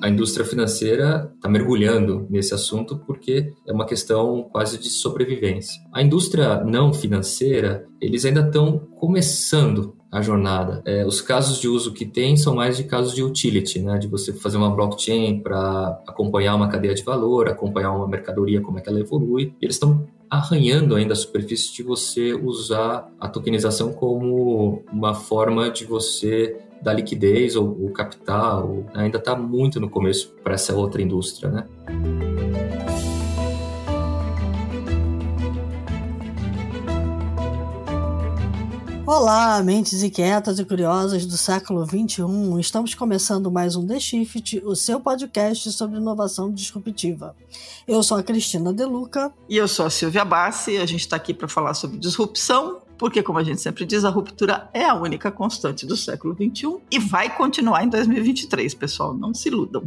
a indústria financeira está mergulhando nesse assunto porque é uma questão quase de sobrevivência. A indústria não financeira, eles ainda estão começando a jornada. Os casos de uso que tem são mais de casos de utility, né? De você fazer uma blockchain para acompanhar uma cadeia de valor, acompanhar uma mercadoria, como é que ela evolui. E eles estão arranhando ainda a superfície de você usar a tokenização como uma forma de você dar liquidez ou capital. Ainda está muito no começo para essa outra indústria, né? Olá, mentes inquietas e curiosas do século XXI. Estamos começando mais um The Shift, o seu podcast sobre inovação disruptiva. Eu sou a Cristina De Luca. E eu sou a Silvia Bassi. A gente está aqui para falar sobre disrupção, porque, como a gente sempre diz, a ruptura é a única constante do século XXI e vai continuar em 2023, pessoal. Não se iludam.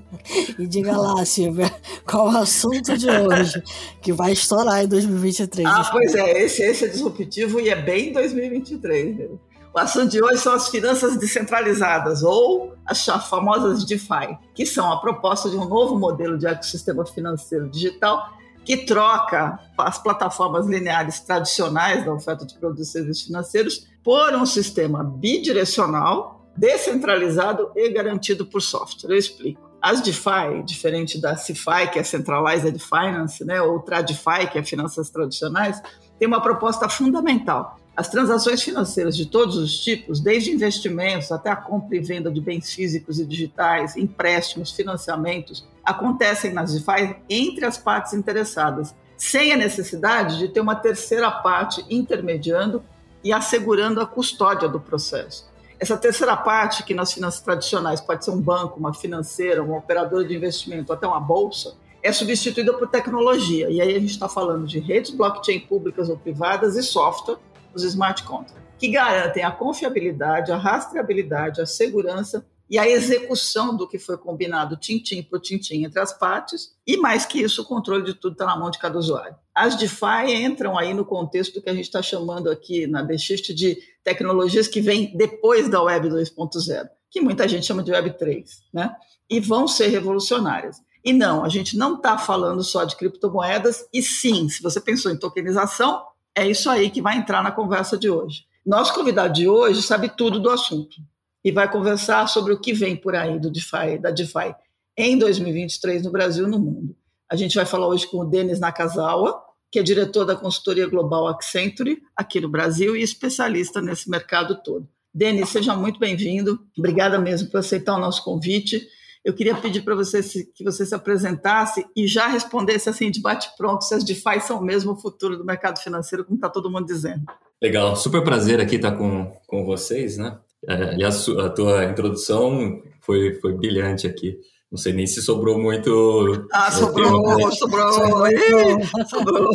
E diga lá, Silvia, qual o assunto de hoje que vai estourar em 2023? Pois é, esse é disruptivo e é bem 2023. Né? O assunto de hoje são as finanças descentralizadas, ou as famosas DeFi, que são a proposta de um novo modelo de ecossistema financeiro digital que troca as plataformas lineares tradicionais da oferta de produtos e serviços financeiros por um sistema bidirecional, descentralizado e garantido por software. Eu explico. As DeFi, diferente da CeFi, que é Centralized Finance, né, ou TradFi, que é finanças tradicionais, tem uma proposta fundamental. As transações financeiras de todos os tipos, desde investimentos até a compra e venda de bens físicos e digitais, empréstimos, financiamentos, acontecem nas DeFi entre as partes interessadas, sem a necessidade de ter uma terceira parte intermediando e assegurando a custódia do processo. Essa terceira parte, que nas finanças tradicionais pode ser um banco, uma financeira, uma operadora de investimento, até uma bolsa, é substituída por tecnologia. E aí a gente está falando de redes blockchain públicas ou privadas e software, os smart contracts, que garantem a confiabilidade, a rastreabilidade, a segurança e a execução do que foi combinado tintim por tintim entre as partes, e mais que isso, o controle de tudo está na mão de cada usuário. As DeFi entram aí no contexto do que a gente está chamando aqui na The Shift de tecnologias que vêm depois da Web 2.0, que muita gente chama de Web 3, né? E vão ser revolucionárias. E não, a gente não está falando só de criptomoedas, e sim, se você pensou em tokenização, é isso aí que vai entrar na conversa de hoje. Nosso convidado de hoje sabe tudo do assunto e vai conversar sobre o que vem por aí da DeFi em 2023 no Brasil e no mundo. A gente vai falar hoje com o Denis Nakazawa, que é diretor da consultoria global Accenture aqui no Brasil e especialista nesse mercado todo. Denis, seja muito bem-vindo. Obrigada mesmo por aceitar o nosso convite. Eu queria pedir para você que você se apresentasse e já respondesse assim de bate-pronto se as DeFi são mesmo o futuro do mercado financeiro, como está todo mundo dizendo. Legal, super prazer aqui estar com vocês, né? Aliás, a tua introdução foi brilhante aqui. Não sei nem se sobrou muito... Sobrou.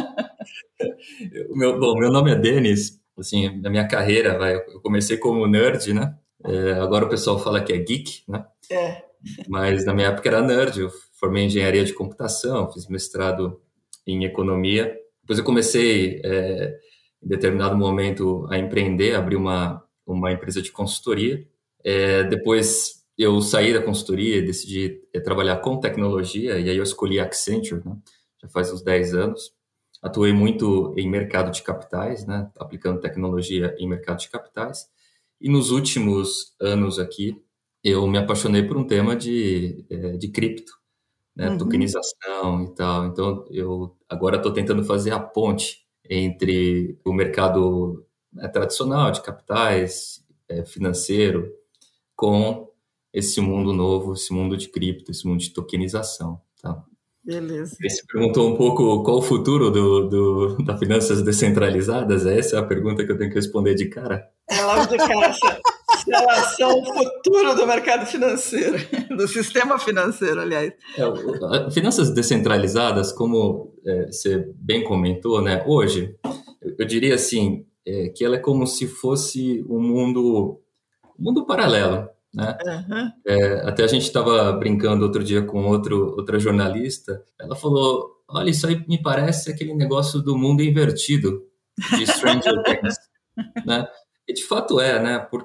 Meu nome é Denis. Assim, na minha carreira, eu comecei como nerd, né? Agora o pessoal fala que é geek, né? Mas na minha época era nerd. Eu formei em engenharia de computação, fiz mestrado em economia. Depois eu comecei, em determinado momento, a empreender, abrir uma empresa de consultoria. Depois eu saí da consultoria e decidi trabalhar com tecnologia, e aí eu escolhi a Accenture, né? Já faz uns 10 anos. Atuei muito em mercado de capitais, né? Aplicando tecnologia em mercado de capitais. E nos últimos anos aqui, eu me apaixonei por um tema de cripto, né? Tokenização e tal. Então, eu agora estou tentando fazer a ponte entre o mercado tradicional de capitais, financeiro, com esse mundo novo, esse mundo de cripto, esse mundo de tokenização. Tá? Beleza. Você perguntou um pouco qual o futuro das finanças descentralizadas? Essa é a pergunta que eu tenho que responder de cara? Logo de cara, se elas são o futuro do mercado financeiro, do sistema financeiro, aliás. Finanças descentralizadas, como você bem comentou, né? Hoje, eu diria assim, que ela é como se fosse um mundo paralelo, né? Até a gente estava brincando outro dia com outra jornalista, ela falou, olha, isso aí me parece aquele negócio do mundo invertido de Stranger Things, né? E de fato né? Porque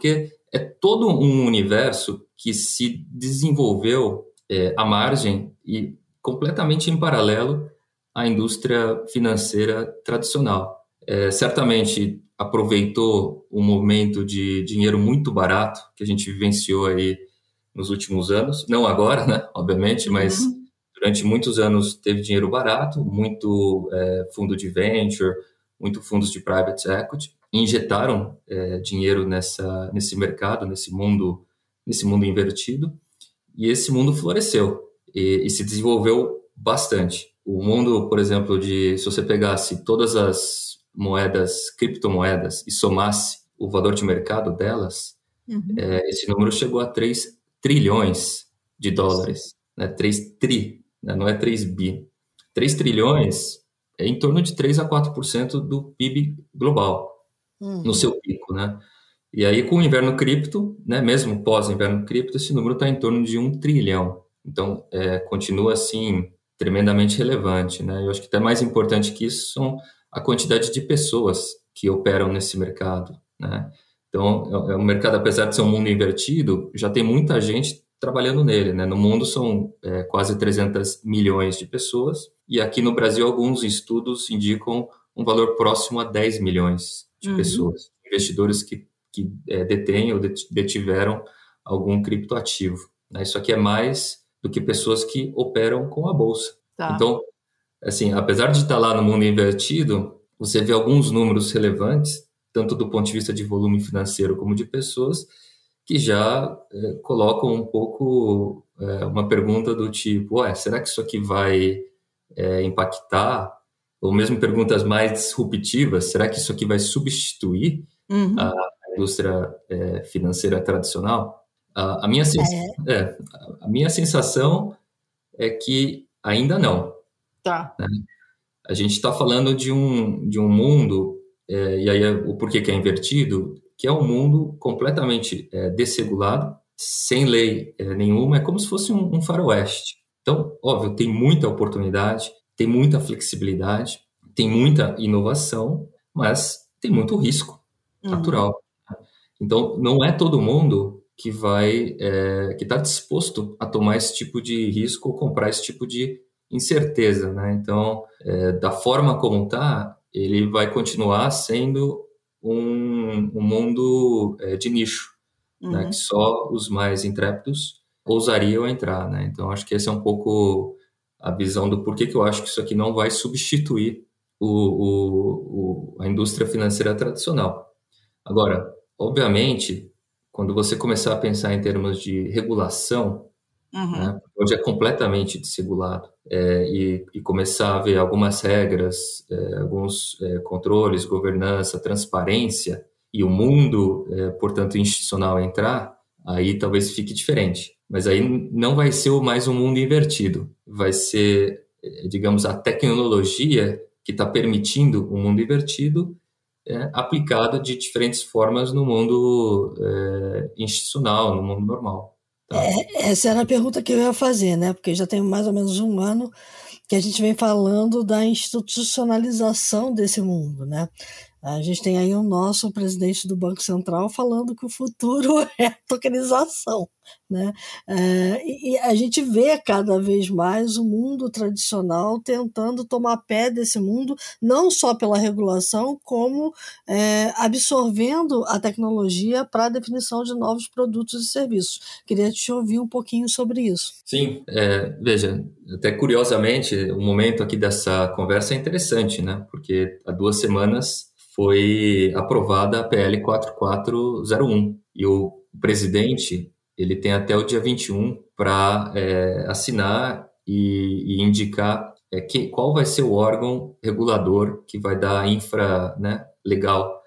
é todo um universo que se desenvolveu à margem e completamente em paralelo à indústria financeira tradicional. Certamente aproveitou um momento de dinheiro muito barato que a gente vivenciou aí nos últimos anos, não agora, né, obviamente, mas durante muitos anos teve dinheiro barato, muito fundo de venture, muito fundos de private equity, injetaram dinheiro nesse mercado, nesse mundo invertido, e esse mundo floresceu e se desenvolveu bastante. O mundo, por exemplo, se você pegasse todas as moedas, criptomoedas, e somasse o valor de mercado delas, esse número chegou a 3 trilhões de dólares, né? 3 tri, né? Não é 3 bi. 3 trilhões é em torno de 3 a 4% do PIB global, no seu pico, né? E aí, com o inverno cripto, né, mesmo pós-inverno cripto, esse número está em torno de 1 trilhão. Então, continua, assim, tremendamente relevante, né? Eu acho que até mais importante que isso são a quantidade de pessoas que operam nesse mercado, né? Então, o mercado, apesar de ser um mundo invertido, já tem muita gente trabalhando nele, né? No mundo são quase 300 milhões de pessoas, e aqui no Brasil alguns estudos indicam um valor próximo a 10 milhões de pessoas, investidores que detêm ou detiveram algum criptoativo, né? Isso aqui é mais do que pessoas que operam com a bolsa. Tá. Então, assim, apesar de estar lá no mundo invertido, você vê alguns números relevantes, tanto do ponto de vista de volume financeiro como de pessoas, que já colocam um pouco uma pergunta do tipo, será que isso aqui vai impactar? Ou mesmo perguntas mais disruptivas, será que isso aqui vai substituir a indústria financeira tradicional? A minha sensação é que ainda não. Tá. Né? A gente está falando de um mundo, e aí o porquê que é invertido, que é um mundo completamente desregulado, sem lei nenhuma, é como se fosse um faroeste. Então, óbvio, tem muita oportunidade, tem muita flexibilidade, tem muita inovação, mas tem muito risco natural. Então, não é todo mundo que está disposto a tomar esse tipo de risco ou comprar esse tipo de incerteza, né? Então, da forma como está, ele vai continuar sendo um mundo de nicho, né? Que só os mais intrépidos ousariam entrar, né? Então, acho que esse é um pouco a visão do porquê que eu acho que isso aqui não vai substituir a indústria financeira tradicional. Agora, obviamente, quando você começar a pensar em termos de regulação, né, hoje é completamente desregulado, e começar a ver algumas regras, alguns controles, governança, transparência, e o mundo, portanto, institucional entrar, aí talvez fique diferente. Mas aí não vai ser mais um mundo invertido, vai ser, digamos, a tecnologia que está permitindo um mundo invertido aplicado de diferentes formas no mundo institucional, no mundo normal. Tá? Essa era a pergunta que eu ia fazer, né? Porque já tem mais ou menos um ano que a gente vem falando da institucionalização desse mundo, né? A gente tem aí o nosso presidente do Banco Central falando que o futuro é a tokenização, né? E a gente vê cada vez mais o mundo tradicional tentando tomar pé desse mundo, não só pela regulação, como absorvendo a tecnologia para a definição de novos produtos e serviços. Queria te ouvir um pouquinho sobre isso. Sim, veja, até curiosamente, o momento aqui dessa conversa é interessante, né? Porque há 2 semanas foi aprovada a PL 4401 e o presidente ele tem até o dia 21 para assinar e indicar qual vai ser o órgão regulador que vai dar a infra, né, legal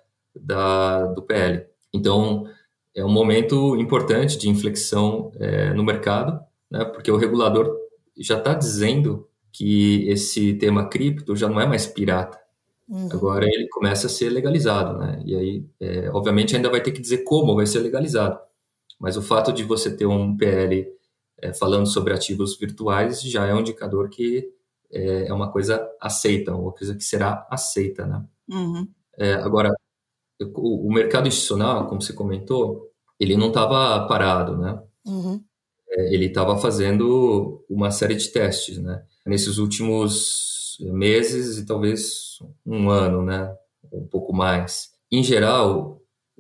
do PL. Então, é um momento importante de inflexão no mercado, né, porque o regulador já está dizendo que esse tema cripto já não é mais pirata. Agora ele começa a ser legalizado, né? E aí, obviamente, ainda vai ter que dizer como vai ser legalizado. Mas o fato de você ter um PL falando sobre ativos virtuais já é um indicador que é uma coisa aceita, uma coisa que será aceita, né? Agora, o mercado institucional, como você comentou, ele não estava parado, né? Ele estava fazendo uma série de testes, né? Nesses últimos meses e talvez um ano, né? Um pouco mais. Em geral,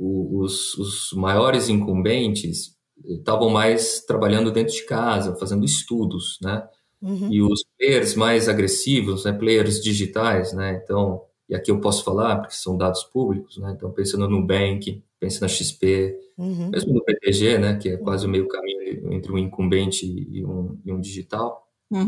os maiores incumbentes estavam mais trabalhando dentro de casa, fazendo estudos, né? E os players mais agressivos, né? Players digitais, né? Então, e aqui eu posso falar, porque são dados públicos, né? Então, pensando no Nubank, pensa na XP, mesmo no BTG, né? Que é quase o meio caminho entre um incumbente e um digital,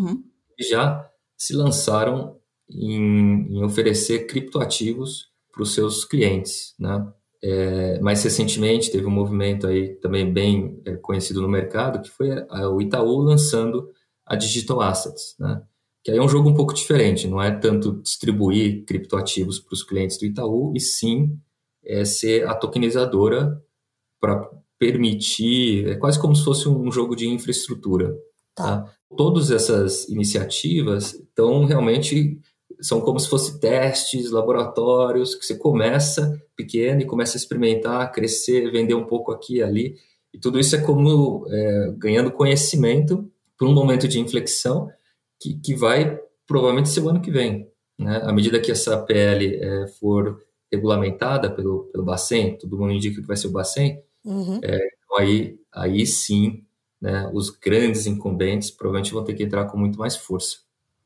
já se lançaram em oferecer criptoativos para os seus clientes, né? Mais recentemente teve um movimento aí também bem conhecido no mercado, que foi o Itaú lançando a Digital Assets, né? Que aí é um jogo um pouco diferente, não é tanto distribuir criptoativos para os clientes do Itaú, e sim ser a tokenizadora para permitir, é quase como se fosse um jogo de infraestrutura. Tá? Todas essas iniciativas estão realmente, são como se fossem testes, laboratórios, que você começa pequeno e começa a experimentar, crescer, vender um pouco aqui e ali, e tudo isso é como ganhando conhecimento para um momento de inflexão que vai provavelmente ser o ano que vem, né? À medida que essa PL for regulamentada pelo Bacen, todo mundo indica que vai ser o Bacen, então aí sim, né, os grandes incumbentes provavelmente vão ter que entrar com muito mais força.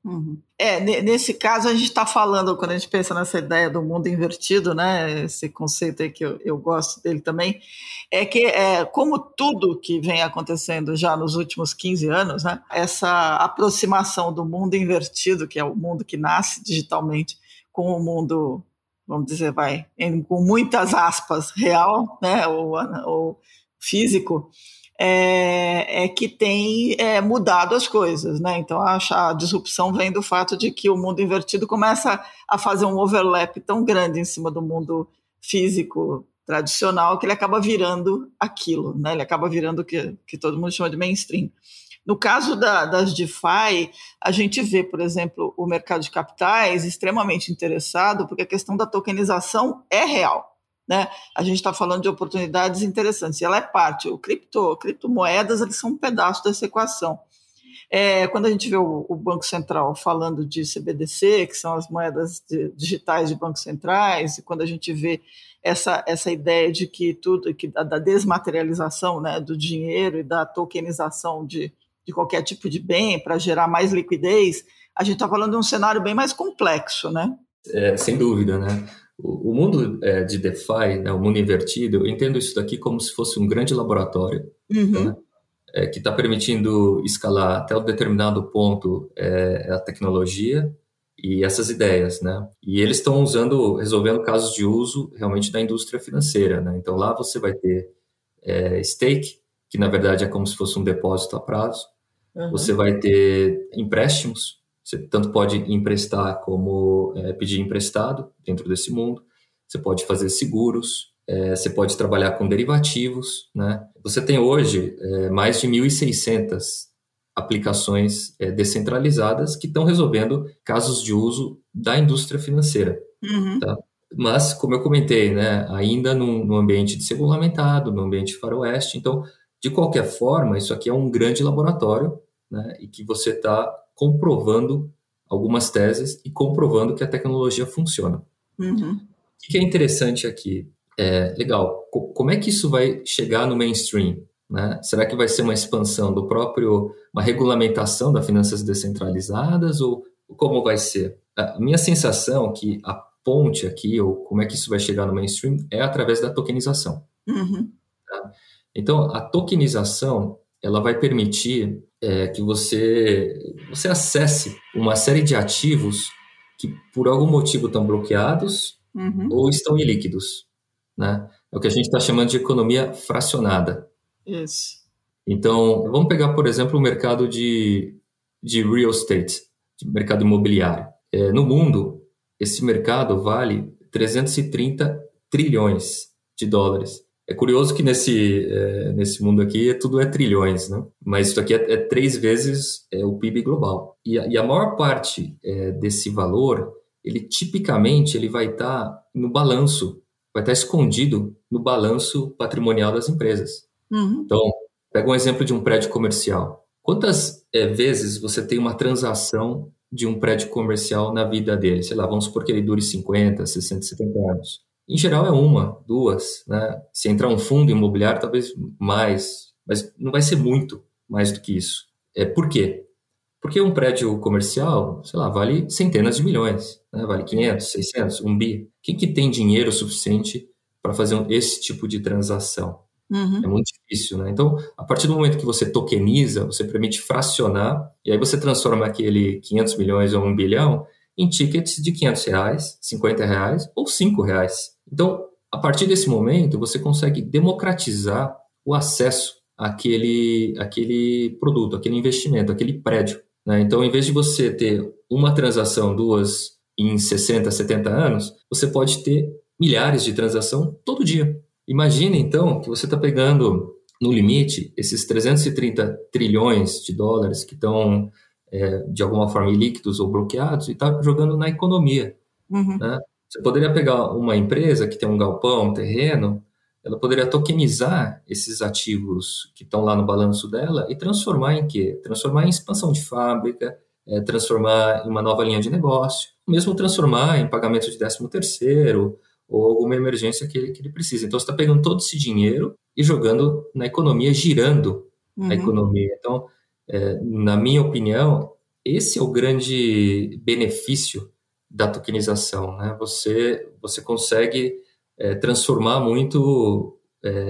Nesse caso a gente está falando, quando a gente pensa nessa ideia do mundo invertido, né, esse conceito aí que eu gosto dele também, é que como tudo que vem acontecendo já nos últimos 15 anos, né, essa aproximação do mundo invertido, que é o mundo que nasce digitalmente, com o mundo, vamos dizer, com muitas aspas, real, né, ou físico, que tem mudado as coisas, né? Então a disrupção vem do fato de que o mundo invertido começa a fazer um overlap tão grande em cima do mundo físico tradicional que ele acaba virando aquilo, né? Ele acaba virando o que todo mundo chama de mainstream. No caso das DeFi, a gente vê, por exemplo, o mercado de capitais extremamente interessado porque a questão da tokenização é real. Né? A gente está falando de oportunidades interessantes, e ela é parte. Criptomoedas, eles são um pedaço dessa equação. Quando a gente vê o Banco Central falando de CBDC, que são as moedas digitais de bancos centrais, e quando a gente vê essa ideia de que da desmaterialização, né, do dinheiro e da tokenização de qualquer tipo de bem para gerar mais liquidez, a gente está falando de um cenário bem mais complexo, né? Sem dúvida, né? O mundo de DeFi, né, o mundo invertido, eu entendo isso daqui como se fosse um grande laboratório, né, que está permitindo escalar até um determinado ponto a tecnologia e essas ideias, né? E eles estão resolvendo casos de uso realmente da indústria financeira, né? Então lá você vai ter stake, que na verdade é como se fosse um depósito a prazo. Você vai ter empréstimos. Você tanto pode emprestar como pedir emprestado dentro desse mundo. Você pode fazer seguros, você pode trabalhar com derivativos, né? Você tem hoje mais de 1.600 aplicações descentralizadas que estão resolvendo casos de uso da indústria financeira. Tá? Mas, como eu comentei, né, ainda num ambiente desregulamentado, num ambiente faroeste. Então, de qualquer forma, isso aqui é um grande laboratório, né, e que você está comprovando algumas teses e comprovando que a tecnologia funciona. O que é interessante aqui? Legal, como é que isso vai chegar no mainstream? Né? Será que vai ser uma expansão uma regulamentação das finanças descentralizadas, ou como vai ser? A minha sensação é que a ponte aqui, ou como é que isso vai chegar no mainstream, é através da tokenização. Tá? Então, a tokenização, ela vai permitir que você acesse uma série de ativos que por algum motivo estão bloqueados ou estão ilíquidos, né? É o que a gente está chamando de economia fracionada. Isso. Então, vamos pegar, por exemplo, o mercado de real estate, de mercado imobiliário. No mundo, esse mercado vale 330 trilhões de dólares. É curioso que nesse mundo aqui tudo é trilhões, né? Mas isso aqui é 3 vezes o PIB global. E a maior parte desse valor, tipicamente ele vai estar no balanço vai estar escondido no balanço patrimonial das empresas. Então, pega um exemplo de um prédio comercial. Quantas vezes você tem uma transação de um prédio comercial na vida dele? Sei lá, vamos supor que ele dure 50, 60, 70 anos. Em geral é uma, duas, né? Se entrar um fundo imobiliário, talvez mais, mas não vai ser muito mais do que isso. Por quê? Porque um prédio comercial, sei lá, vale centenas de milhões, né? Vale 500, 600, 1 bi. Quem que tem dinheiro suficiente para fazer esse tipo de transação? É muito difícil, né? Então, a partir do momento que você tokeniza, você permite fracionar, e aí você transforma aquele 500 milhões ou 1 bilhão em tickets de R$500, R$50 ou R$5. Então, a partir desse momento, você consegue democratizar o acesso àquele produto, àquele investimento, àquele prédio, né? Então, em vez de você ter uma transação, duas em 60, 70 anos, você pode ter milhares de transações todo dia. Imagina, então, que você está pegando, no limite, esses 330 trilhões de dólares que estão, de alguma forma, ilíquidos ou bloqueados e está jogando na economia. Né? Você poderia pegar uma empresa que tem um galpão, um terreno, ela poderia tokenizar esses ativos que estão lá no balanço dela e transformar em quê? Transformar em expansão de fábrica, transformar em uma nova linha de negócio, mesmo transformar em pagamento de 13º, ou alguma emergência que ele precisa. Então, você está pegando todo esse dinheiro e jogando na economia, girando a economia. Então, na minha opinião, esse é o grande benefício da tokenização, né? Você consegue transformar muito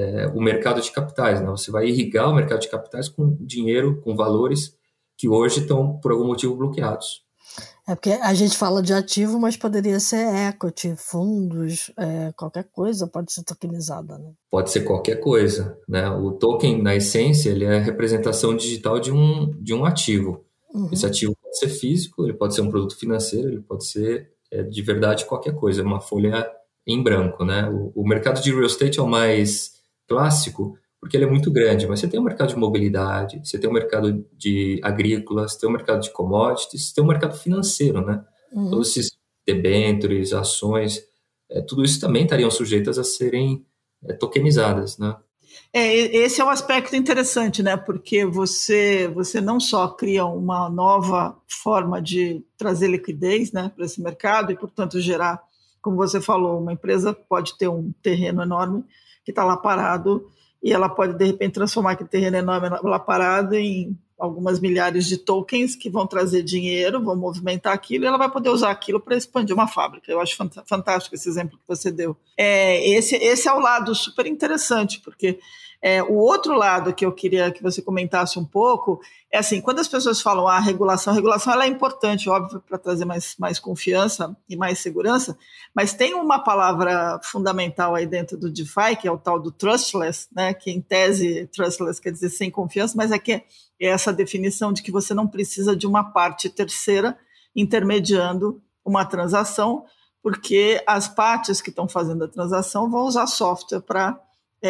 o mercado de capitais, né? Você vai irrigar o mercado de capitais com dinheiro, com valores que hoje estão, por algum motivo, bloqueados. Porque a gente fala de ativo, mas poderia ser equity, fundos, qualquer coisa pode ser tokenizada, né? Pode ser qualquer coisa, né? O token, na essência, ele é a representação digital de um ativo. Esse ativo pode ser físico, ele pode ser um produto financeiro, ele pode ser de verdade qualquer coisa, uma folha em branco, né? O mercado de real estate é o mais clássico, porque ele é muito grande, mas você tem o mercado de mobilidade, você tem o mercado de agrícola, você tem o mercado de commodities, você tem o mercado financeiro, né? Todos esses debêntures, ações, tudo isso também estariam sujeitas a serem tokenizadas, né? Esse é um aspecto interessante, né? Porque você não só cria uma nova forma de trazer liquidez, né, para esse mercado e, portanto, gerar, como você falou, uma empresa pode ter um terreno enorme que está lá parado e ela pode, de repente, transformar aquele terreno enorme lá parado em algumas milhares de tokens que vão trazer dinheiro, vão movimentar aquilo e ela vai poder usar aquilo para expandir uma fábrica. Eu acho fantástico esse exemplo que você deu. Esse é o lado super interessante, porque o outro lado que eu queria que você comentasse um pouco é assim, quando as pessoas falam a regulação ela é importante, óbvio, para trazer mais confiança e mais segurança, mas tem uma palavra fundamental aí dentro do DeFi, que é o tal do trustless, né, que em tese trustless quer dizer sem confiança, mas é essa definição de que você não precisa de uma parte terceira intermediando uma transação, porque as partes que estão fazendo a transação vão usar software para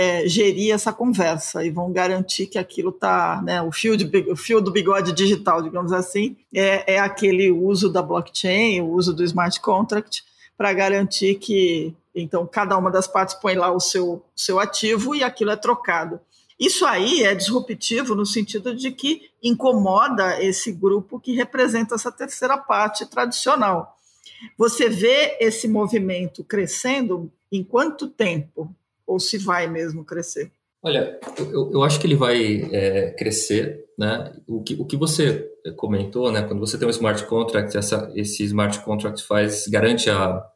gerir essa conversa e vão garantir que aquilo está, né, o fio do bigode digital, digamos assim, é aquele uso da blockchain, o uso do smart contract, para garantir que, então, cada uma das partes põe lá o seu ativo e aquilo é trocado. Isso aí é disruptivo no sentido de que incomoda esse grupo que representa essa terceira parte tradicional. Você vê esse movimento crescendo em quanto tempo? Ou se vai mesmo crescer? Olha, eu acho que ele vai crescer, né? O que você comentou, né? Quando você tem um smart contract, esse smart contract garante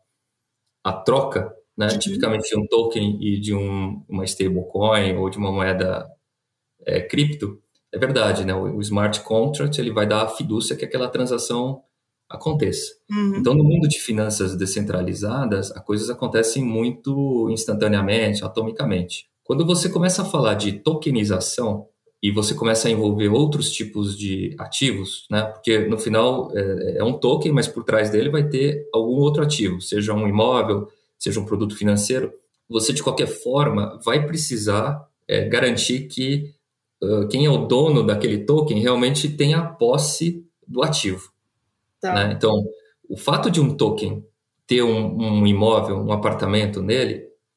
a troca, né? Tipicamente de um token e de uma stablecoin ou de uma moeda cripto. É verdade, né? O smart contract ele vai dar a fidúcia que aquela transação aconteça. Então, no mundo de finanças descentralizadas, as coisas acontecem muito instantaneamente, atomicamente. Quando você começa a falar de tokenização e você começa a envolver outros tipos de ativos, né? Porque no final é um token, mas por trás dele vai ter algum outro ativo, seja um imóvel, seja um produto financeiro, você de qualquer forma vai precisar garantir que quem é o dono daquele token realmente tenha a posse do ativo. Tá. Né? Então, o fato de um token ter um imóvel, um apartamento nele,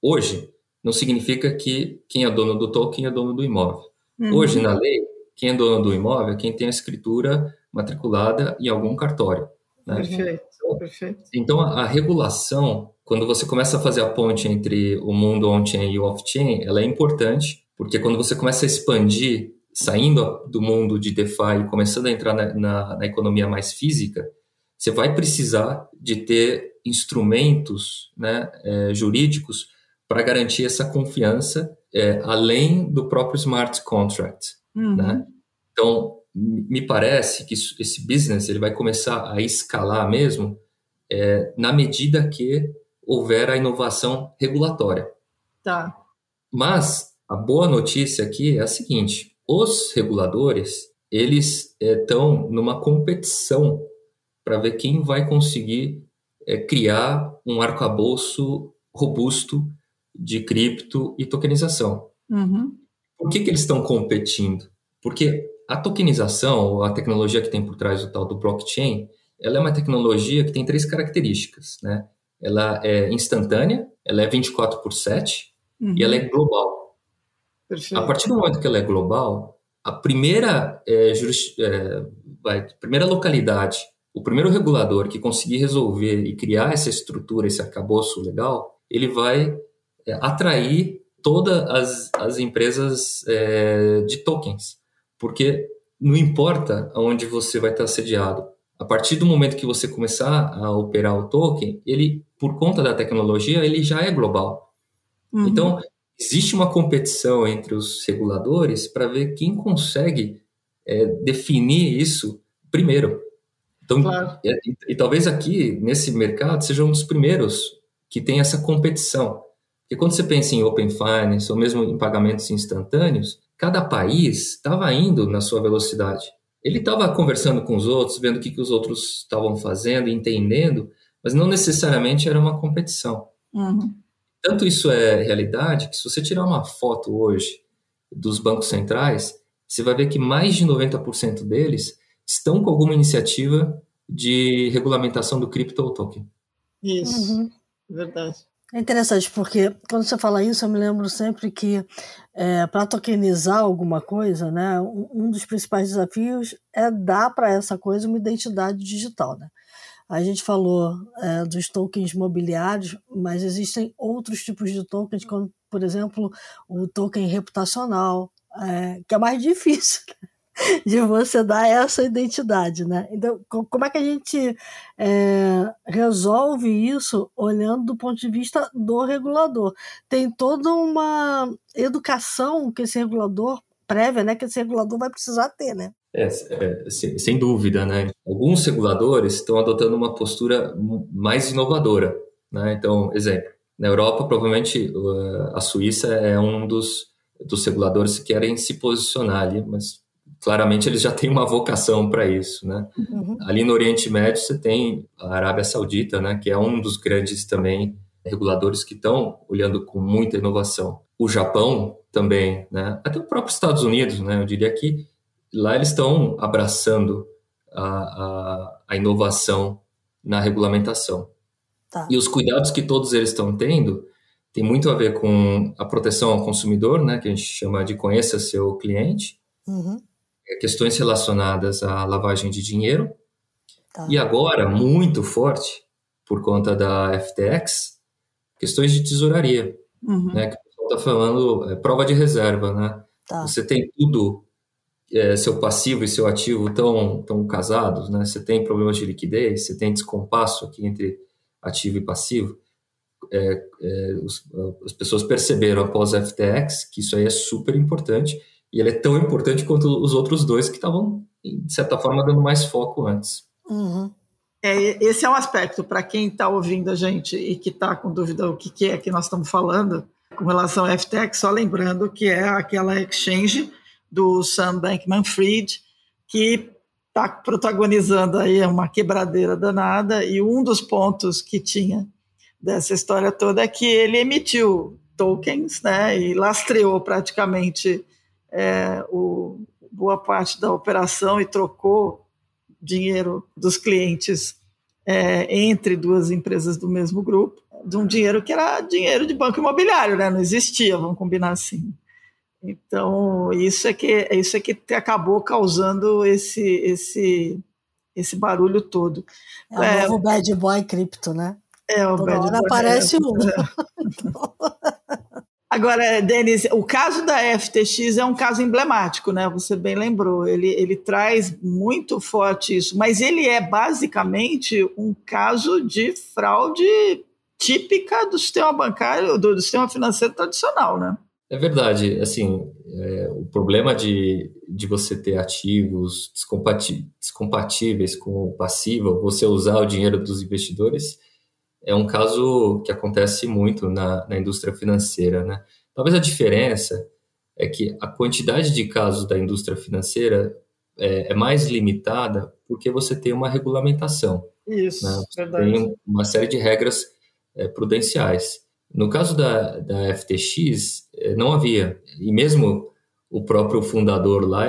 Hoje, não significa que quem é dono do token é dono do imóvel. Hoje, na lei, quem é dono do imóvel é quem tem a escritura matriculada em algum cartório. Né? Perfeito. Então, a regulação, quando você começa a fazer a ponte entre o mundo on-chain e o off-chain, ela é importante, porque quando você começa a expandir, saindo do mundo de DeFi e começando a entrar na economia mais física, você vai precisar de ter instrumentos, né, jurídicos para garantir essa confiança, além do próprio smart contract. Né? Então, me parece que esse business ele vai começar a escalar mesmo na medida que houver a inovação regulatória. Tá. Mas a boa notícia aqui é a seguinte: os reguladores eles estão numa competição para ver quem vai conseguir criar um arcabouço robusto de cripto e tokenização. Por que eles estão competindo? Porque a tokenização, ou a tecnologia que tem por trás do tal do blockchain, ela é uma tecnologia que tem 3 características, né? Ela é instantânea, ela é 24/7 e ela é global. Perfeito. A partir do momento que ela é global, a primeira localidade, o primeiro regulador que conseguir resolver e criar essa estrutura, esse arcabouço legal, ele vai atrair todas as empresas de tokens, porque não importa onde você vai estar sediado. A partir do momento que você começar a operar o token, ele, por conta da tecnologia, ele já é global. Então, existe uma competição entre os reguladores para ver quem consegue definir isso primeiro. Então, claro. E talvez aqui, nesse mercado, seja um dos primeiros que tem essa competição. Porque quando você pensa em Open Finance ou mesmo em pagamentos instantâneos, cada país estava indo na sua velocidade. Ele estava conversando com os outros, vendo o que os outros estavam fazendo, entendendo, mas não necessariamente era uma competição. Tanto isso é realidade que se você tirar uma foto hoje dos bancos centrais, você vai ver que mais de 90% deles estão com alguma iniciativa de regulamentação do crypto token. Isso, verdade. É interessante, porque quando você fala isso, eu me lembro sempre que para tokenizar alguma coisa, né, um dos principais desafios é dar para essa coisa uma identidade digital. Né? A gente falou dos tokens mobiliários, mas existem outros tipos de tokens, como, por exemplo, o token reputacional, que é mais difícil de você dar essa identidade, né? Então, como é que a gente resolve isso olhando do ponto de vista do regulador? Tem toda uma educação que esse regulador prévia, né? Que esse regulador vai precisar ter, né? Sem dúvida, né? Alguns reguladores estão adotando uma postura mais inovadora, né? Então, exemplo, na Europa, provavelmente a Suíça é um dos reguladores que querem se posicionar ali, mas claramente eles já têm uma vocação para isso, né? Ali no Oriente Médio você tem a Arábia Saudita, né? Que é um dos grandes também reguladores que estão olhando com muita inovação. O Japão também, né? Até o próprio Estados Unidos, né? Eu diria que lá eles estão abraçando a inovação na regulamentação. Tá. E os cuidados que todos eles estão tendo tem muito a ver com a proteção ao consumidor, né? Que a gente chama de conheça seu cliente. Questões relacionadas à lavagem de dinheiro. Tá. E agora, muito forte, por conta da FTX, questões de tesouraria, né? Que o pessoal está falando, prova de reserva, né? Tá. Você tem tudo, seu passivo e seu ativo tão casados, né? Você tem problemas de liquidez, você tem descompasso aqui entre ativo e passivo. As pessoas perceberam após a FTX que isso aí é super importante. E ele é tão importante quanto os outros dois que estavam, de certa forma, dando mais foco antes. Esse é um aspecto, para quem está ouvindo a gente e que está com dúvida o que é que nós estamos falando, com relação à FTX, só lembrando que é aquela exchange do Sam Bankman-Fried, que está protagonizando aí uma quebradeira danada, e um dos pontos que tinha dessa história toda é que ele emitiu tokens, né, e lastreou praticamente boa parte da operação e trocou dinheiro dos clientes entre duas empresas do mesmo grupo. de um dinheiro que era dinheiro de banco imobiliário, né? Não existia, vamos combinar assim. Então, isso é que acabou causando esse barulho todo. É o novo bad boy cripto, né? O toda bad hora boy aparece um. Agora, Denise, o caso da FTX é um caso emblemático, né? Você bem lembrou. Ele traz muito forte isso, mas ele é basicamente um caso de fraude típica do sistema bancário, do sistema financeiro tradicional, né? É verdade, assim, o problema de você ter ativos descompatíveis com o passivo, você usar o dinheiro dos investidores, é um caso que acontece muito na indústria financeira, né? Talvez a diferença é que a quantidade de casos da indústria financeira é mais limitada porque você tem uma regulamentação. Isso, né? Você verdade. tem uma série de regras prudenciais. No caso da FTX, não havia. E mesmo o próprio fundador lá,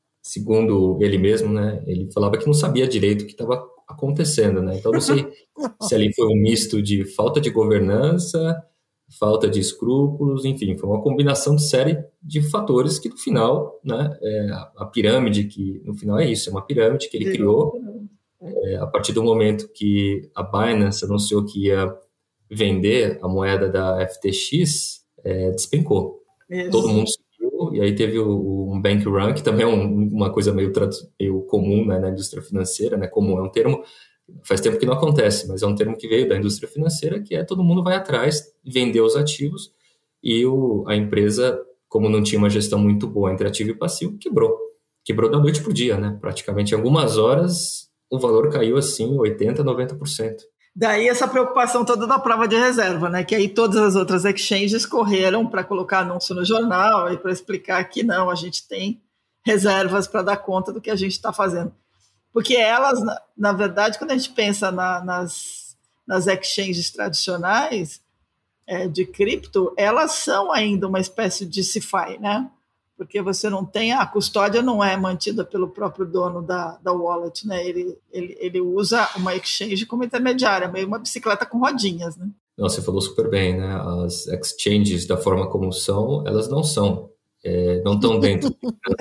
segundo ele mesmo, né, ele falava que não sabia direito o que estava acontecendo. Né? Então, não sei se ali foi um misto de falta de governança, falta de escrúpulos, enfim, foi uma combinação de série de fatores que, no final, né, a pirâmide, que no final é isso, é uma pirâmide que ele criou a partir do momento que a Binance anunciou que ia vender a moeda da FTX, despencou. Isso. Todo mundo seguiu, e aí teve um bank run, que também é uma coisa meio comum, né, na indústria financeira, né? Comum é um termo, faz tempo que não acontece, mas é um termo que veio da indústria financeira, que todo mundo vai atrás, vender os ativos, e a empresa, como não tinha uma gestão muito boa entre ativo e passivo, quebrou da noite para o dia, né? Praticamente em algumas horas o valor caiu assim 80%, 90%. Daí essa preocupação toda da prova de reserva, né? Que aí todas as outras exchanges correram para colocar anúncio no jornal e para explicar que não, a gente tem reservas para dar conta do que a gente está fazendo. Porque elas, na verdade, quando a gente pensa nas exchanges tradicionais de cripto, elas são ainda uma espécie de CeFi, né? Porque você não tem, a custódia não é mantida pelo próprio dono da wallet, né? Ele usa uma exchange como intermediária, meio uma bicicleta com rodinhas, né? Não, você falou super bem, né? As exchanges, da forma como são, elas não são, não estão dentro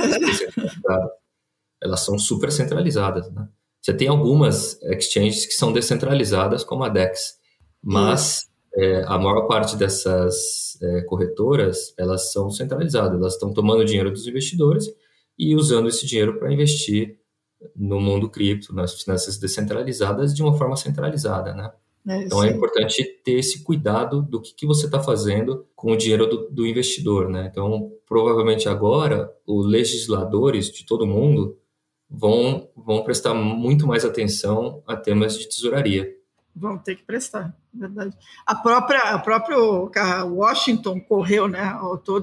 elas são super centralizadas, né? Você tem algumas exchanges que são descentralizadas, como a DEX, mas a maior parte dessas corretoras, elas são centralizadas, elas estão tomando dinheiro dos investidores e usando esse dinheiro para investir no mundo cripto, nas finanças descentralizadas, de uma forma centralizada, né? Então é importante ter esse cuidado do que você está fazendo com o dinheiro do investidor, né? Então, provavelmente agora, os legisladores de todo mundo vão prestar muito mais atenção a temas de tesouraria. Vão ter que prestar, verdade. A própria Washington correu, né?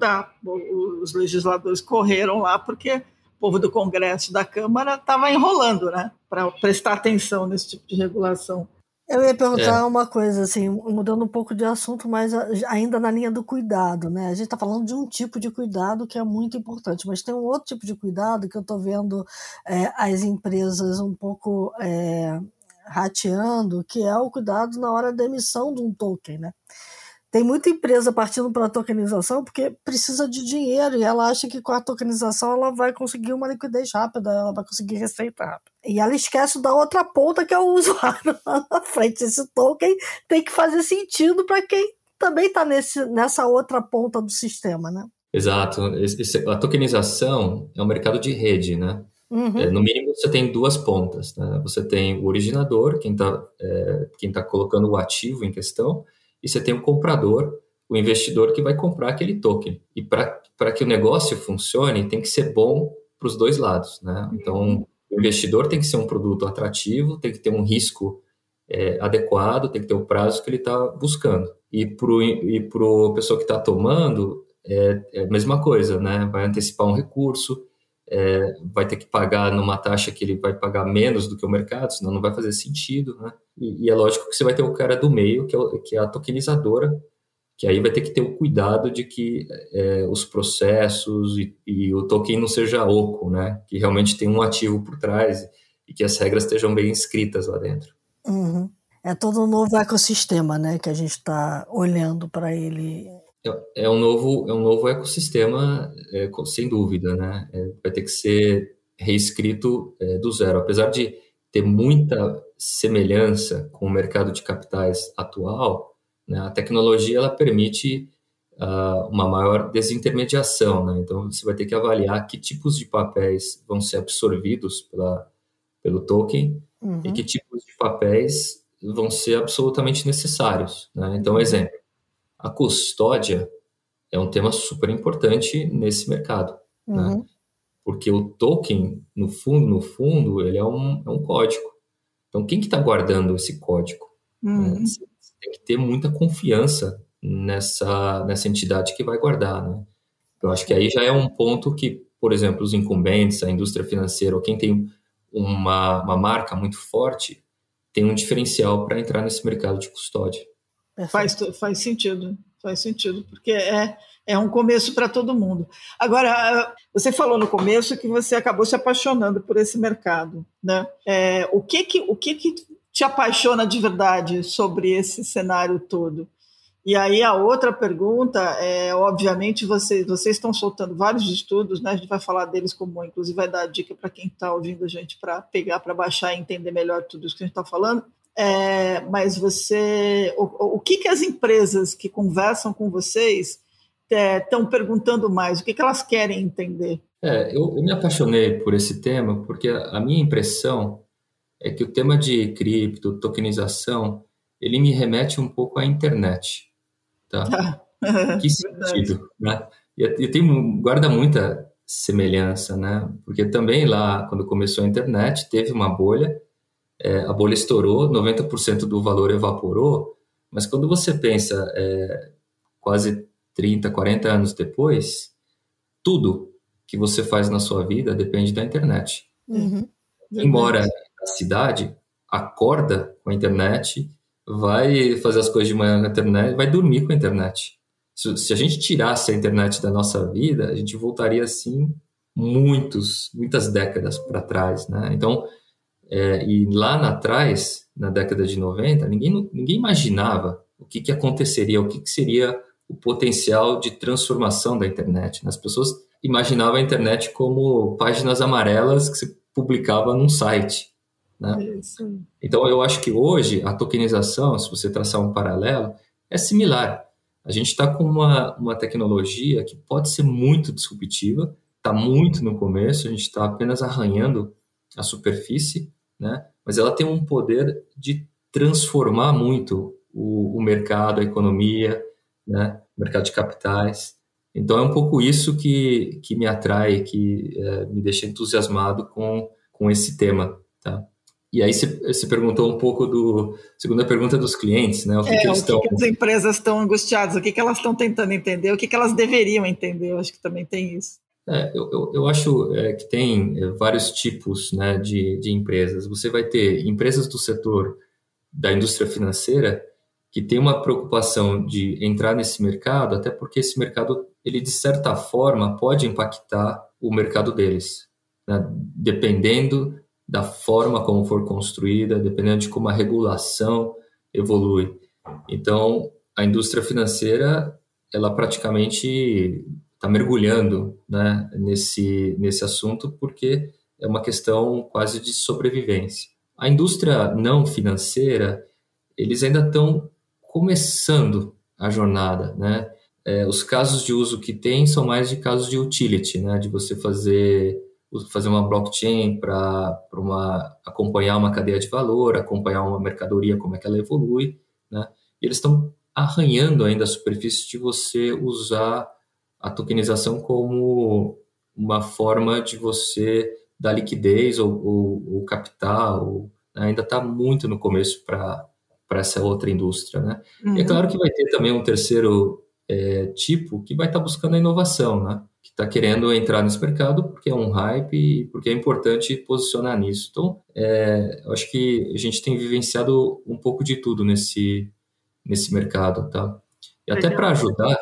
Os legisladores correram lá porque o povo do Congresso, da Câmara, estava enrolando, né? Para prestar atenção nesse tipo de regulação. Eu ia perguntar uma coisa, assim, mudando um pouco de assunto, mas ainda na linha do cuidado, né? A gente está falando de um tipo de cuidado que é muito importante, mas tem um outro tipo de cuidado que eu estou vendo as empresas um pouco rateando, que é o cuidado na hora da emissão de um token, né? Tem muita empresa partindo para a tokenização porque precisa de dinheiro e ela acha que com a tokenização ela vai conseguir uma liquidez rápida, ela vai conseguir receita rápida. E ela esquece da outra ponta que é o usuário lá na frente. Esse token tem que fazer sentido para quem também está nessa outra ponta do sistema, né? Exato. A tokenização é um mercado de rede, né? Uhum. No mínimo, você tem duas pontas, né? Você tem o originador, quem tá colocando o ativo em questão, e você tem o comprador, o investidor que vai comprar aquele token. E para que o negócio funcione, tem que ser bom para os dois lados, né? Então, o investidor tem que ser um produto atrativo, tem que ter um risco adequado, tem que ter o prazo que ele está buscando. E para a pessoa que está tomando, é a mesma coisa, né? Vai antecipar um recurso, vai ter que pagar numa taxa que ele vai pagar menos do que o mercado, senão não vai fazer sentido, né? E é lógico que você vai ter o cara do meio, que é a tokenizadora, que aí vai ter que ter o cuidado de que os processos e o token não seja oco, né? Que realmente tem um ativo por trás e que as regras estejam bem escritas lá dentro. Uhum. É todo um novo ecossistema, né, que a gente está olhando para ele. É um novo ecossistema, sem dúvida, né? Vai ter que ser reescrito do zero. Apesar de ter muita semelhança com o mercado de capitais atual, né, a tecnologia ela permite uma maior desintermediação, né? Então, você vai ter que avaliar que tipos de papéis vão ser absorvidos pelo token e que tipos de papéis vão ser absolutamente necessários, né? Então, exemplo, a custódia é um tema super importante nesse mercado, né? Porque o token, no fundo, ele é um código. Então, quem que está guardando esse código? Né? Você tem que ter muita confiança nessa entidade que vai guardar, né? Eu acho que aí já é um ponto que, por exemplo, os incumbentes, a indústria financeira, ou quem tem uma marca muito forte, tem um diferencial para entrar nesse mercado de custódia. Faz sentido, porque é um começo para todo mundo. Agora, você falou no começo que você acabou se apaixonando por esse mercado, né? O que te apaixona de verdade sobre esse cenário todo? E aí a outra pergunta obviamente, vocês estão soltando vários estudos, né? A gente vai falar deles como, inclusive vai dar dica para quem está ouvindo a gente para pegar, para baixar e entender melhor tudo isso que a gente está falando. Mas o que as empresas que conversam com vocês estão perguntando mais? O que elas querem entender? Eu me apaixonei por esse tema porque a minha impressão é que o tema de cripto, tokenização, ele me remete um pouco à internet. Tá? Que sentido, né? E guarda muita semelhança, né? Porque também lá, quando começou a internet, teve uma bolha, a bolha estourou, 90% do valor evaporou, mas quando você pensa quase 30, 40 anos depois, tudo que você faz na sua vida depende da internet. Quem mora na cidade acorda com a internet, vai fazer as coisas de manhã na internet, vai dormir com a internet. Se a gente tirasse a internet da nossa vida, a gente voltaria assim muitas décadas para trás, né? Então, e lá atrás, na década de 90, ninguém imaginava o que aconteceria, o que seria o potencial de transformação da internet. As pessoas imaginavam a internet como páginas amarelas que se publicava num site, né? Então, eu acho que hoje a tokenização, se você traçar um paralelo, é similar. A gente está com uma tecnologia que pode ser muito disruptiva, está muito no começo, a gente está apenas arranhando a superfície, né? Mas ela tem um poder de transformar muito o mercado, a economia, né? O mercado de capitais. Então, é um pouco isso que me atrai, que me deixa entusiasmado com esse tema, tá? E aí você perguntou um pouco segunda pergunta dos clientes, né? O que as empresas estão angustiadas, o que elas estão tentando entender, o que elas deveriam entender, eu acho que também tem isso. Eu acho que tem vários tipos, né, de empresas. Você vai ter empresas do setor da indústria financeira que tem uma preocupação de entrar nesse mercado, até porque esse mercado, ele de certa forma pode impactar o mercado deles, né? Dependendo da forma como for construída, dependendo de como a regulação evolui. Então, a indústria financeira, ela praticamente está mergulhando, né, nesse assunto, porque é uma questão quase de sobrevivência. A indústria não financeira, eles ainda estão começando a jornada, né? Os casos de uso que tem são mais de casos de utility, né, de você fazer uma blockchain para acompanhar uma cadeia de valor, acompanhar uma mercadoria, como é que ela evolui, né? E eles estão arranhando ainda a superfície de você usar a tokenização como uma forma de você dar liquidez ou capital, né? Ainda está muito no começo para essa outra indústria, né? E é claro que vai ter também um terceiro tipo que vai estar buscando a inovação, né? Que está querendo entrar nesse mercado porque é um hype e porque é importante posicionar nisso. Então, eu acho que a gente tem vivenciado um pouco de tudo nesse mercado, tá? E até para ajudar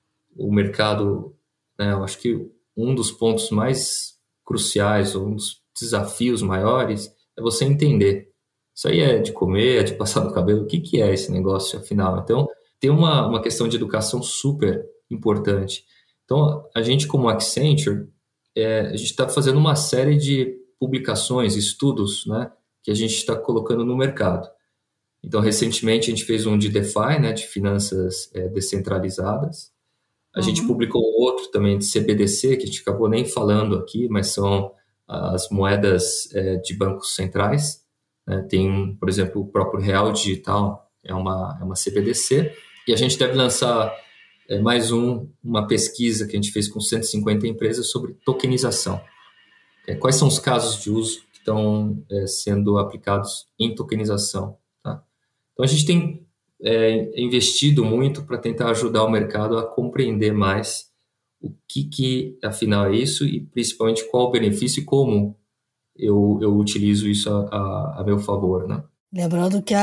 o mercado, né, eu acho que um dos pontos mais cruciais, ou um dos desafios maiores, é você entender Isso aí é de comer, é de passar no cabelo, o que é esse negócio, afinal? Então, tem uma questão de educação super importante. Então, a gente, como Accenture, a gente está fazendo uma série de publicações, estudos, né, que a gente está colocando no mercado. Então, recentemente, a gente fez um de DeFi, né, de finanças descentralizadas. A gente publicou outro também de CBDC, que a gente acabou nem falando aqui, mas são as moedas de bancos centrais. Né? Tem, por exemplo, o próprio Real Digital, é uma CBDC. E a gente deve lançar mais uma pesquisa que a gente fez com 150 empresas sobre tokenização. Quais são os casos de uso que estão sendo aplicados em tokenização? Tá? Então, a gente tem investido muito para tentar ajudar o mercado a compreender mais o que afinal é isso e principalmente qual o benefício e como eu utilizo isso a meu favor, né? Lembrando que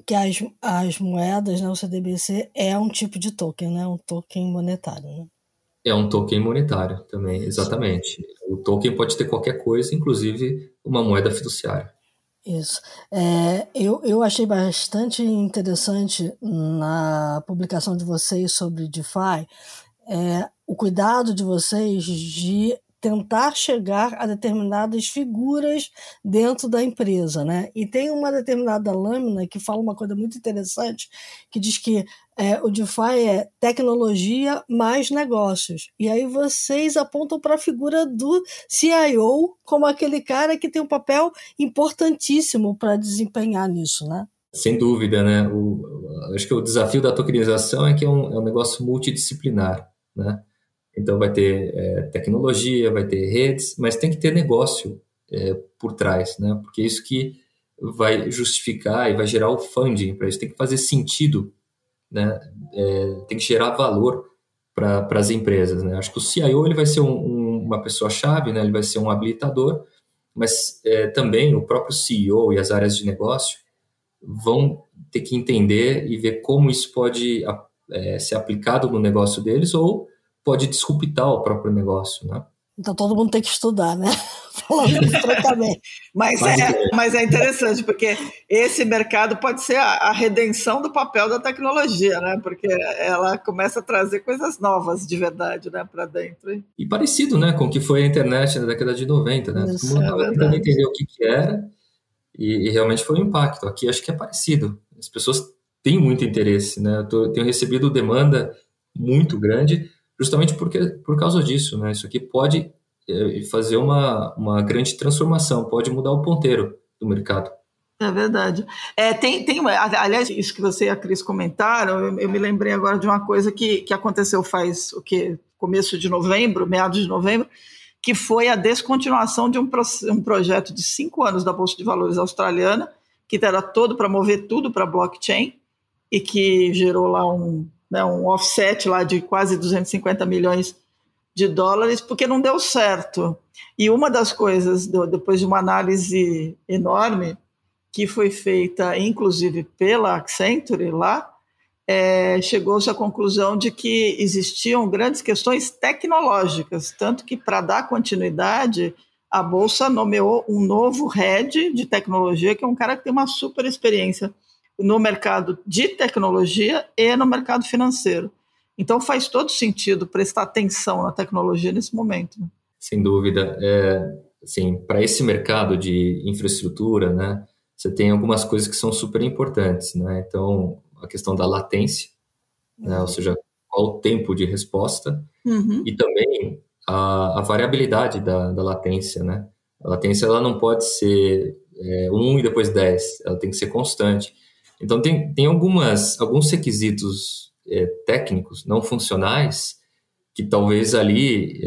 as moedas, né, o CBDC, é um tipo de token, né? Um token monetário, né? É um token monetário também, exatamente. O token pode ter qualquer coisa, inclusive uma moeda fiduciária. Isso. Eu achei bastante interessante na publicação de vocês sobre DeFi o cuidado de vocês de tentar chegar a determinadas figuras dentro da empresa, né? E tem uma determinada lâmina que fala uma coisa muito interessante, que diz que o DeFi é tecnologia mais negócios. E aí vocês apontam para a figura do CIO como aquele cara que tem um papel importantíssimo para desempenhar nisso, né? Sem dúvida, né? Acho que o desafio da tokenização é que é um negócio multidisciplinar, né? Então vai ter tecnologia, vai ter redes, mas tem que ter negócio por trás, né? Porque é isso que vai justificar e vai gerar o funding para isso. Tem que fazer sentido, né? Tem que gerar valor para as empresas, né? Acho que o CIO ele vai ser uma pessoa-chave, né? Ele vai ser um habilitador, mas também o próprio CEO e as áreas de negócio vão ter que entender e ver como isso pode ser aplicado no negócio deles ou pode disruptar o próprio negócio, né? Então todo mundo tem que estudar, né? Falando isso francamente. Mas é interessante, porque esse mercado pode ser a redenção do papel da tecnologia, né? Porque ela começa a trazer coisas novas de verdade, né, para dentro. E parecido, né, com o que foi a internet na década de 90, né? Todo mundo estava tentando entender o que era e realmente foi um impacto. Aqui acho que é parecido. As pessoas têm muito interesse, né? Eu tenho recebido demanda muito grande justamente por causa disso, né? Isso aqui pode fazer uma grande transformação, pode mudar o ponteiro do mercado. É verdade. Aliás, isso que você e a Cris comentaram, eu me lembrei agora de uma coisa que aconteceu faz começo de novembro, meados de novembro, que foi a descontinuação de um projeto de 5 anos da Bolsa de Valores australiana, que era todo para mover tudo para blockchain e que gerou lá um offset lá de quase 250 milhões de dólares, porque não deu certo. E uma das coisas, depois de uma análise enorme, que foi feita, inclusive, pela Accenture lá, chegou-se à conclusão de que existiam grandes questões tecnológicas, tanto que, para dar continuidade, a Bolsa nomeou um novo head de tecnologia, que é um cara que tem uma super experiência no mercado de tecnologia e no mercado financeiro. Então faz todo sentido prestar atenção na tecnologia nesse momento. Né? Sem dúvida. Assim, para esse mercado de infraestrutura, né, você tem algumas coisas que são super importantes, né? Então, a questão da latência, né, ou seja, qual o tempo de resposta, e também a variabilidade da latência, né? A latência ela não pode ser 1 e depois 10, ela tem que ser constante. Então, tem alguns requisitos técnicos não funcionais que talvez ali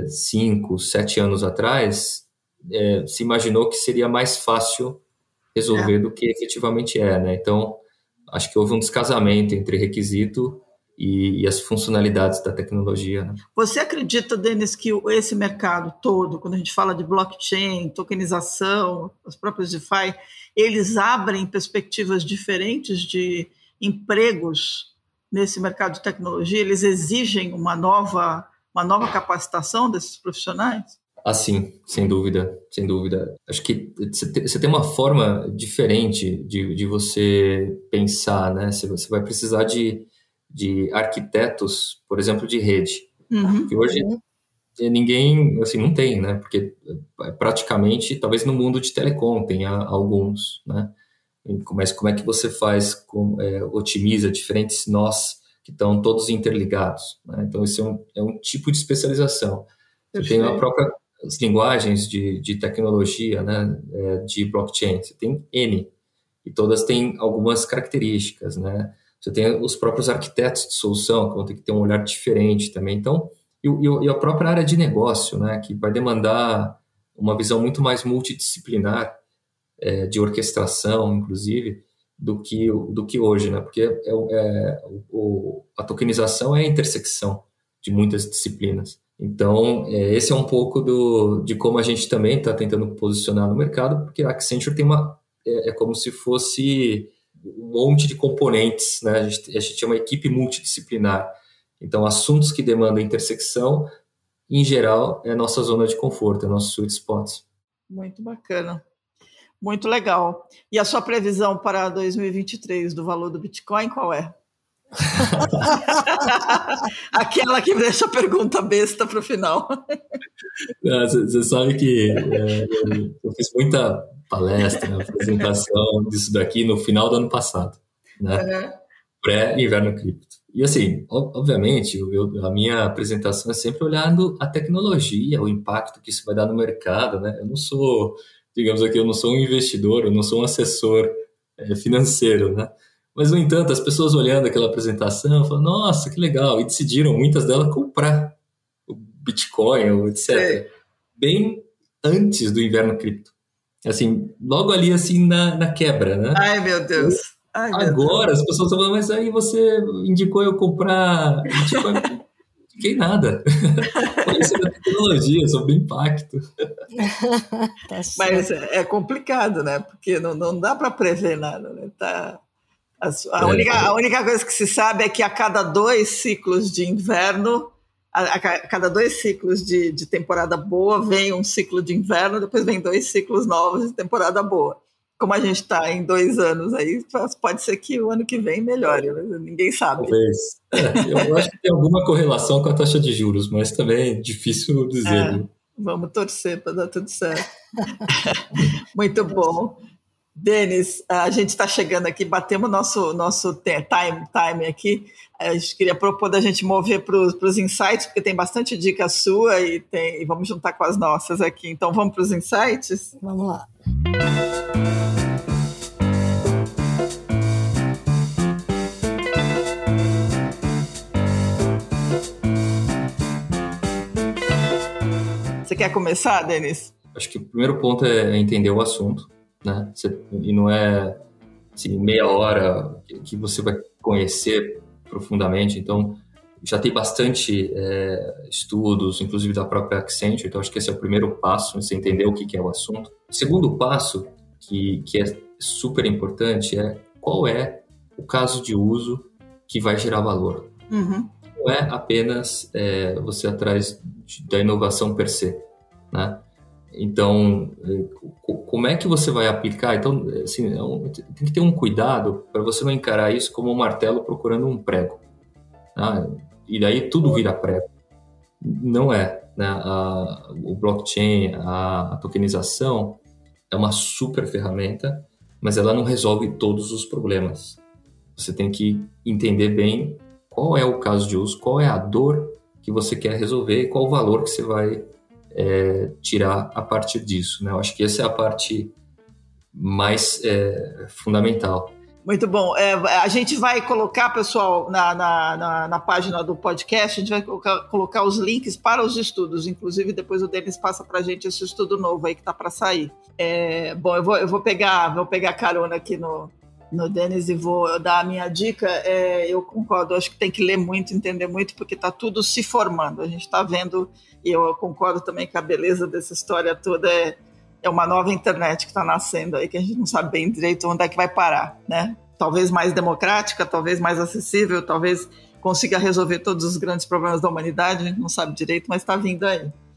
5, 7 anos atrás se imaginou que seria mais fácil resolver do que efetivamente né? Então, acho que houve um descasamento entre requisito e as funcionalidades da tecnologia. Né? Você acredita, Denis, que esse mercado todo, quando a gente fala de blockchain, tokenização, os próprios DeFi, eles abrem perspectivas diferentes de empregos nesse mercado de tecnologia? Eles exigem uma nova capacitação desses profissionais? Sim, sem dúvida, sem dúvida. Acho que você tem uma forma diferente de você pensar, né? Você vai precisar de arquitetos, por exemplo, de rede. Que hoje ninguém, assim, não tem, né? Porque praticamente, talvez no mundo de telecom tenha alguns, né? Mas como é que você faz, otimiza diferentes nós que estão todos interligados, né? Então, esse é um tipo de especialização. Você tem as linguagens de tecnologia, né? De blockchain, você tem N, e todas têm algumas características, né? Você tem os próprios arquitetos de solução, que vão ter que ter um olhar diferente também. Então, e a própria área de negócio, né? Que vai demandar uma visão muito mais multidisciplinar, de orquestração, inclusive, do que hoje, né? Porque a tokenização é a intersecção de muitas disciplinas. Então, esse é um pouco de como a gente também está tentando posicionar no mercado, porque a Accenture tem como se fosse um monte de componentes, né? A gente é uma equipe multidisciplinar. Então, assuntos que demandam intersecção, em geral, é a nossa zona de conforto, é o nosso sweet spot. Muito bacana. Muito legal. E a sua previsão para 2023 do valor do Bitcoin, qual é? Aquela que deixa a pergunta besta para o final. Você sabe que eu fiz muita palestra, apresentação disso daqui no final do ano passado, né? Pré-inverno cripto. E assim, obviamente, a minha apresentação é sempre olhando a tecnologia, o impacto que isso vai dar no mercado, né? Eu não sou, digamos aqui, eu não sou um investidor, eu não sou um assessor financeiro, né? Mas, no entanto, as pessoas olhando aquela apresentação, falam, nossa, que legal, e decidiram, muitas delas, comprar o Bitcoin, ou etc., bem antes do inverno cripto. Assim, logo ali, assim, na quebra, né? Ai, meu Deus. Agora, as pessoas estão falando, mas aí você indicou eu comprar Bitcoin. Não indiquei nada. Conheci a tecnologia, sobre o impacto. Mas é complicado, né? Porque não dá para prever nada, né? A única coisa que se sabe é que a cada 2 ciclos de inverno, a cada 2 ciclos de temporada boa, vem um ciclo de inverno, depois vem 2 ciclos novos de temporada boa. Como a gente está em 2 anos aí, pode ser que o ano que vem melhore, ninguém sabe. Talvez. Eu acho que tem alguma correlação com a taxa de juros, mas também é difícil dizer. Vamos torcer para dar tudo certo. Muito bom. Denis, a gente está chegando aqui, batemos nosso time aqui. A gente queria propor da gente mover para os insights, porque tem bastante dica sua e vamos juntar com as nossas aqui. Então, vamos para os insights? Vamos lá. Você quer começar, Denis? Acho que o primeiro ponto é entender o assunto, né? E não é assim, meia hora que você vai conhecer profundamente. Então, já tem bastante estudos, inclusive da própria Accenture. Então, acho que esse é o primeiro passo, você entender o que é o assunto. O segundo passo, que é super importante, é qual é o caso de uso que vai gerar valor. Uhum. Não é apenas você atrás da inovação per se, né? Então, como é que você vai aplicar? Então, assim, tem que ter um cuidado para você não encarar isso como um martelo procurando um prego, tá? E daí tudo vira prego. Não é, né? O blockchain, a tokenização é uma super ferramenta, mas ela não resolve todos os problemas. Você tem que entender bem qual é o caso de uso, qual é a dor que você quer resolver e qual o valor que você vai tirar a partir disso, né? Eu acho que essa é a parte mais fundamental. Muito bom. A gente vai colocar, pessoal, na página do podcast, a gente vai colocar os links para os estudos. Inclusive, depois o Denis passa para a gente esse estudo novo aí que está para sair. Bom, eu vou pegar carona aqui no Denis e vou dar a minha dica. Eu concordo, acho que tem que ler muito, entender muito, porque está tudo se formando. A gente está vendo, e eu concordo também que a beleza dessa história toda é uma nova internet que está nascendo aí, que a gente não sabe bem direito onde é que vai parar, né? Talvez mais democrática, talvez mais acessível, talvez consiga resolver todos os grandes problemas da humanidade, a gente não sabe direito, mas está vindo aí.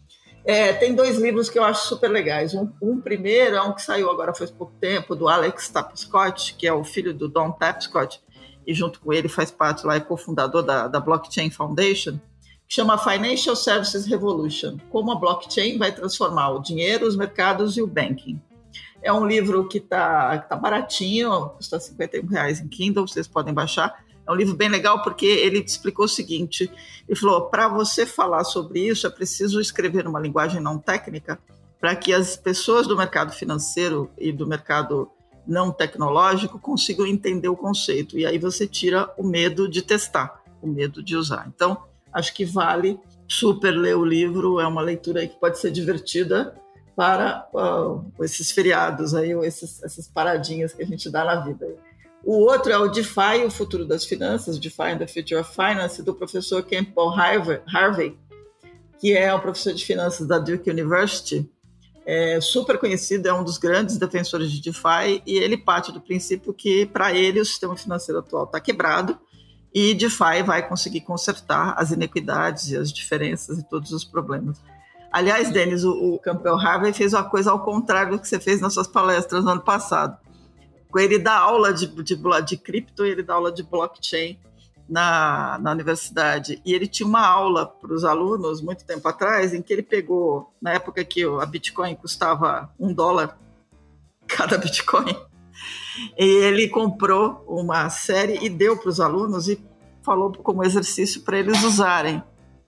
Tem 2 livros que eu acho super legais. Um primeiro é um que saiu agora faz pouco tempo, do Alex Tapscott, que é o filho do Don Tapscott, e junto com ele faz parte lá, é cofundador da Blockchain Foundation, que chama Financial Services Revolution, como a blockchain vai transformar o dinheiro, os mercados e o banking. É um livro que tá baratinho, custa R$51 em Kindle, vocês podem baixar. É um livro bem legal porque ele explicou o seguinte, ele falou, para você falar sobre isso é preciso escrever numa linguagem não técnica para que as pessoas do mercado financeiro e do mercado não tecnológico consigam entender o conceito. E aí você tira o medo de testar, o medo de usar. Então, acho que vale super ler o livro, é uma leitura aí que pode ser divertida para esses feriados aí, ou essas paradinhas que a gente dá na vida. O outro é o DeFi, o futuro das finanças, DeFi and the Future of Finance, do professor Campbell Harvey, que é um professor de finanças da Duke University, super conhecido, é um dos grandes defensores de DeFi, e ele parte do princípio que, para ele, o sistema financeiro atual está quebrado e DeFi vai conseguir consertar as inequidades e as diferenças e todos os problemas. Aliás, Denis, o Campbell Harvey fez uma coisa ao contrário do que você fez nas suas palestras no ano passado. Ele dá aula de cripto e ele dá aula de blockchain na universidade. E ele tinha uma aula para os alunos, muito tempo atrás, em que ele pegou, na época que a Bitcoin custava $1 cada Bitcoin, e ele comprou uma série e deu para os alunos e falou como exercício para eles usarem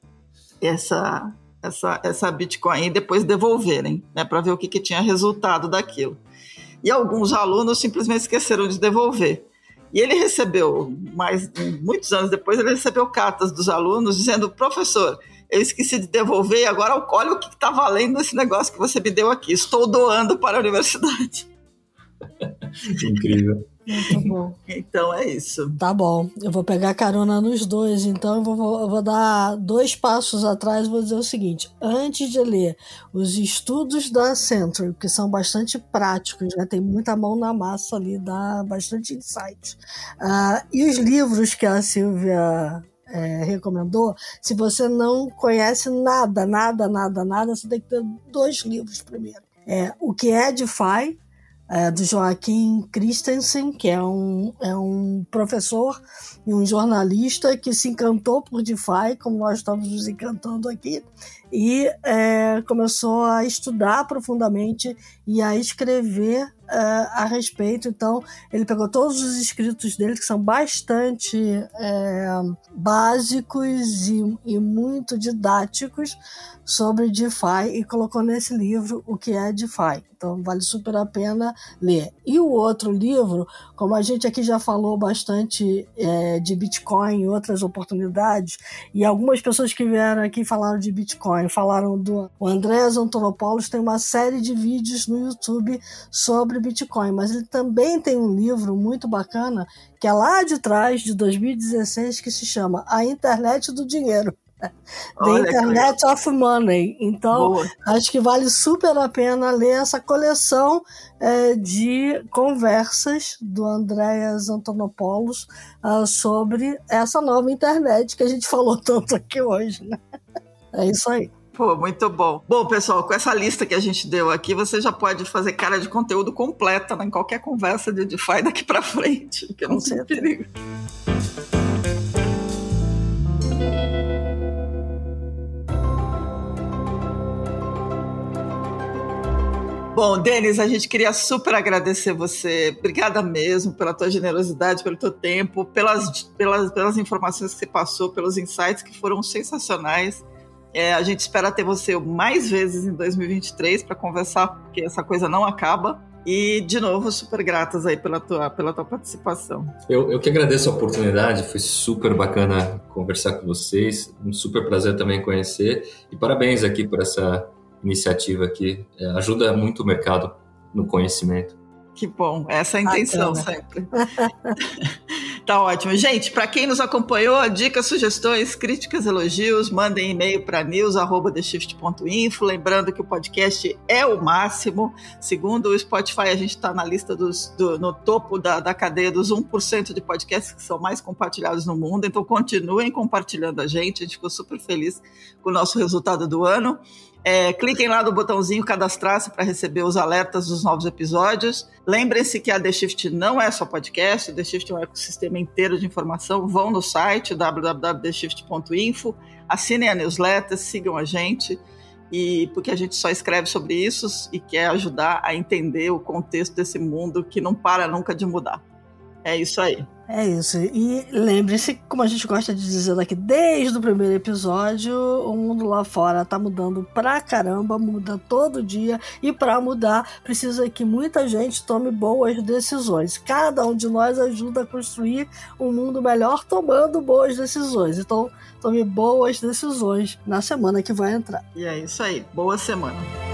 essa Bitcoin e depois devolverem, né, para ver o que tinha resultado daquilo. E alguns alunos simplesmente esqueceram de devolver. E ele recebeu, muitos anos depois, ele recebeu cartas dos alunos dizendo, professor, eu esqueci de devolver e agora olha o que está valendo esse negócio que você me deu aqui. Estou doando para a universidade. Incrível. Muito bom. Então é isso. Tá bom, eu vou pegar carona nos dois, então eu vou dar 2 passos atrás e vou dizer o seguinte, antes de ler os estudos da Century, que são bastante práticos, né? Tem muita mão na massa ali, dá bastante insight, e os livros que a Silvia recomendou, se você não conhece nada, você tem que ter 2 livros primeiro. O que é DeFi, do Joaquim Christensen, que é um professor e um jornalista que se encantou por DeFi, como nós estamos nos encantando aqui, e começou a estudar profundamente e a escrever a respeito. Então, ele pegou todos os escritos dele, que são bastante básicos e muito didáticos sobre DeFi, e colocou nesse livro o que é DeFi. Então, vale super a pena ler. E o outro livro, como a gente aqui já falou bastante de Bitcoin e outras oportunidades, e algumas pessoas que vieram aqui falaram de Bitcoin, falaram o Andreas Antonopoulos, tem uma série de vídeos no YouTube sobre Bitcoin, mas ele também tem um livro muito bacana, que é lá de trás, de 2016, que se chama A Internet do Dinheiro. The Internet of Money. Então, boa. Acho que vale super a pena ler essa coleção de conversas do Andreas Antonopoulos sobre essa nova internet que a gente falou tanto aqui hoje, né? É isso aí. Pô, muito bom. Bom, pessoal, com essa lista que a gente deu aqui, você já pode fazer cara de conteúdo completa, né, em qualquer conversa de DeFi daqui para frente, que não tem perigo. Bom, Denis, a gente queria super agradecer você. Obrigada mesmo pela tua generosidade, pelo teu tempo, pelas informações que você passou, pelos insights que foram sensacionais. A gente espera ter você mais vezes em 2023 para conversar, porque essa coisa não acaba. E, de novo, super gratas aí pela tua participação. Eu que agradeço a oportunidade, foi super bacana conversar com vocês, um super prazer também conhecer. E parabéns aqui por essa iniciativa aqui, ajuda muito o mercado no conhecimento. Que bom, essa é a intenção sempre. Tá ótimo. Gente, para quem nos acompanhou, dicas, sugestões, críticas, elogios, mandem e-mail para news@theshift.info. Lembrando que o podcast é o máximo. Segundo o Spotify, a gente está na lista no topo da cadeia dos 1% de podcasts que são mais compartilhados no mundo. Então, continuem compartilhando a gente ficou super feliz com o nosso resultado do ano. Cliquem lá no botãozinho cadastrar-se para receber os alertas dos novos episódios. Lembrem-se que a The Shift não é só podcast, a The Shift é um ecossistema inteiro de informação. Vão no site www.theshift.info, assinem a newsletter, sigam a gente, porque a gente só escreve sobre isso e quer ajudar a entender o contexto desse mundo que não para nunca de mudar. É isso aí. É isso. E lembre-se, como a gente gosta de dizer aqui desde o primeiro episódio, o mundo lá fora tá mudando pra caramba, muda todo dia, e pra mudar precisa que muita gente tome boas decisões. Cada um de nós ajuda a construir um mundo melhor tomando boas decisões. Então, tome boas decisões na semana que vai entrar. E é isso aí. Boa semana.